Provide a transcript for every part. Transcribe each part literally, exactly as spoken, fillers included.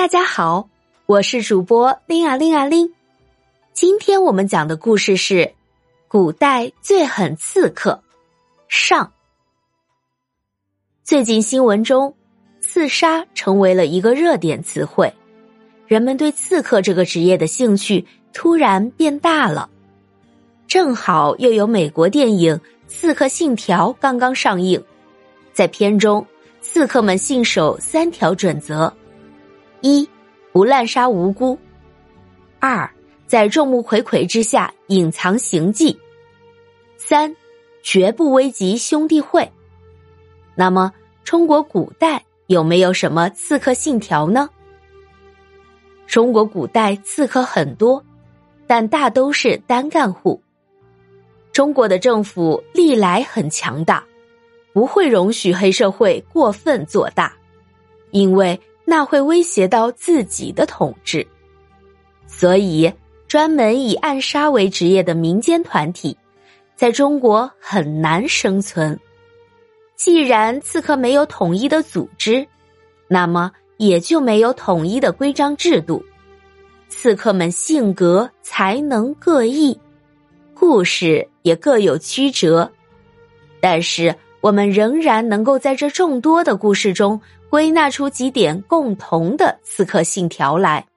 大家好，我是主播令啊令啊令。今天我们讲的故事是古代最狠刺客上。最近新闻中，刺杀成为了一个热点词汇，人们对刺客这个职业的兴趣突然变大了。正好又有美国电影《刺客信条》刚刚上映，在片中，刺客们信守三条准则：一、不滥杀无辜；二、在众目睽睽之下隐藏行迹；三、绝不危及兄弟会。那么，中国古代有没有什么刺客信条呢？中国古代刺客很多，但大都是单干户。中国的政府历来很强大，不会容许黑社会过分做大，因为那会威胁到自己的统治。所以，专门以暗杀为职业的民间团体，在中国很难生存。既然刺客没有统一的组织，那么也就没有统一的规章制度。刺客们性格、才能各异，故事也各有曲折，但是我们仍然能够在这众多的故事中归纳出几点共同的刺客信条来。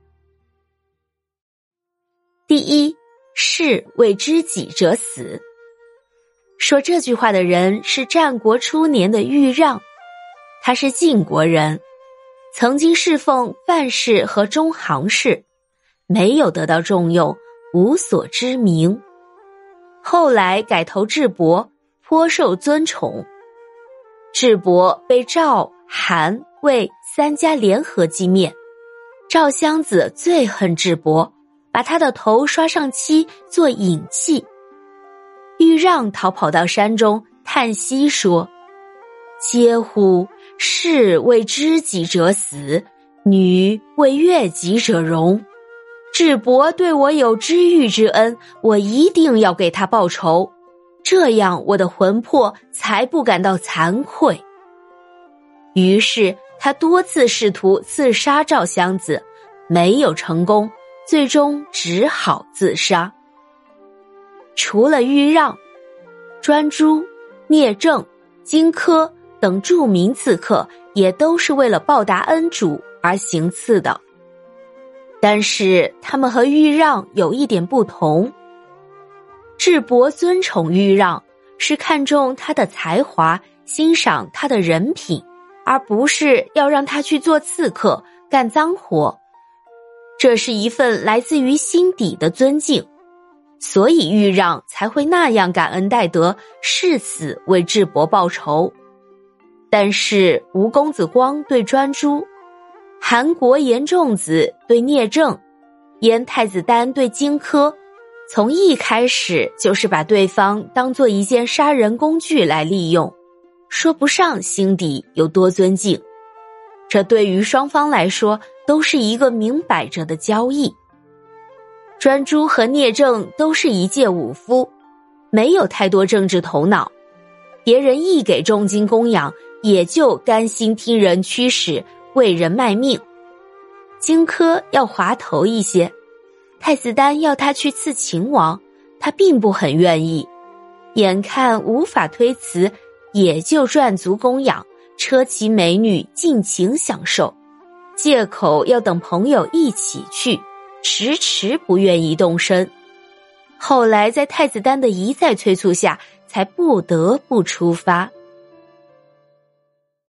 第一，士为知己者死。说这句话的人是战国初年的豫让，他是晋国人，曾经侍奉范氏和中行氏，没有得到重用，无所知名。后来改投智伯，颇受尊崇。智伯被赵、韩、魏三家联合击灭，赵襄子最恨智伯，把他的头刷上漆做引器。豫让逃跑到山中，叹息说：嗟乎，士为知己者死，女为悦己者容。智伯对我有知遇之恩，我一定要给他报仇，这样我的魂魄才不感到惭愧。于是他多次试图刺杀赵襄子，没有成功，最终只好自杀。除了豫让，专诸、聂政、荆轲等著名刺客也都是为了报答恩主而行刺的。但是他们和豫让有一点不同。智伯尊崇豫让，是看重他的才华，欣赏他的人品，而不是要让他去做刺客，干脏活。这是一份来自于心底的尊敬，所以豫让才会那样感恩戴德，誓死为智伯报仇。但是吴公子光对专诸，韩国严仲子对聂政，燕太子丹对荆轲，从一开始就是把对方当作一件杀人工具来利用，说不上心底有多尊敬。这对于双方来说都是一个明摆着的交易。专诸和聂政都是一介武夫，没有太多政治头脑，别人一给重金供养，也就甘心听人驱使，为人卖命。荆轲要滑头一些，太子丹要他去刺秦王，他并不很愿意，眼看无法推辞，也就赚足供养，车骑美女尽情享受，借口要等朋友一起去，迟迟不愿意动身。后来在太子丹的一再催促下，才不得不出发。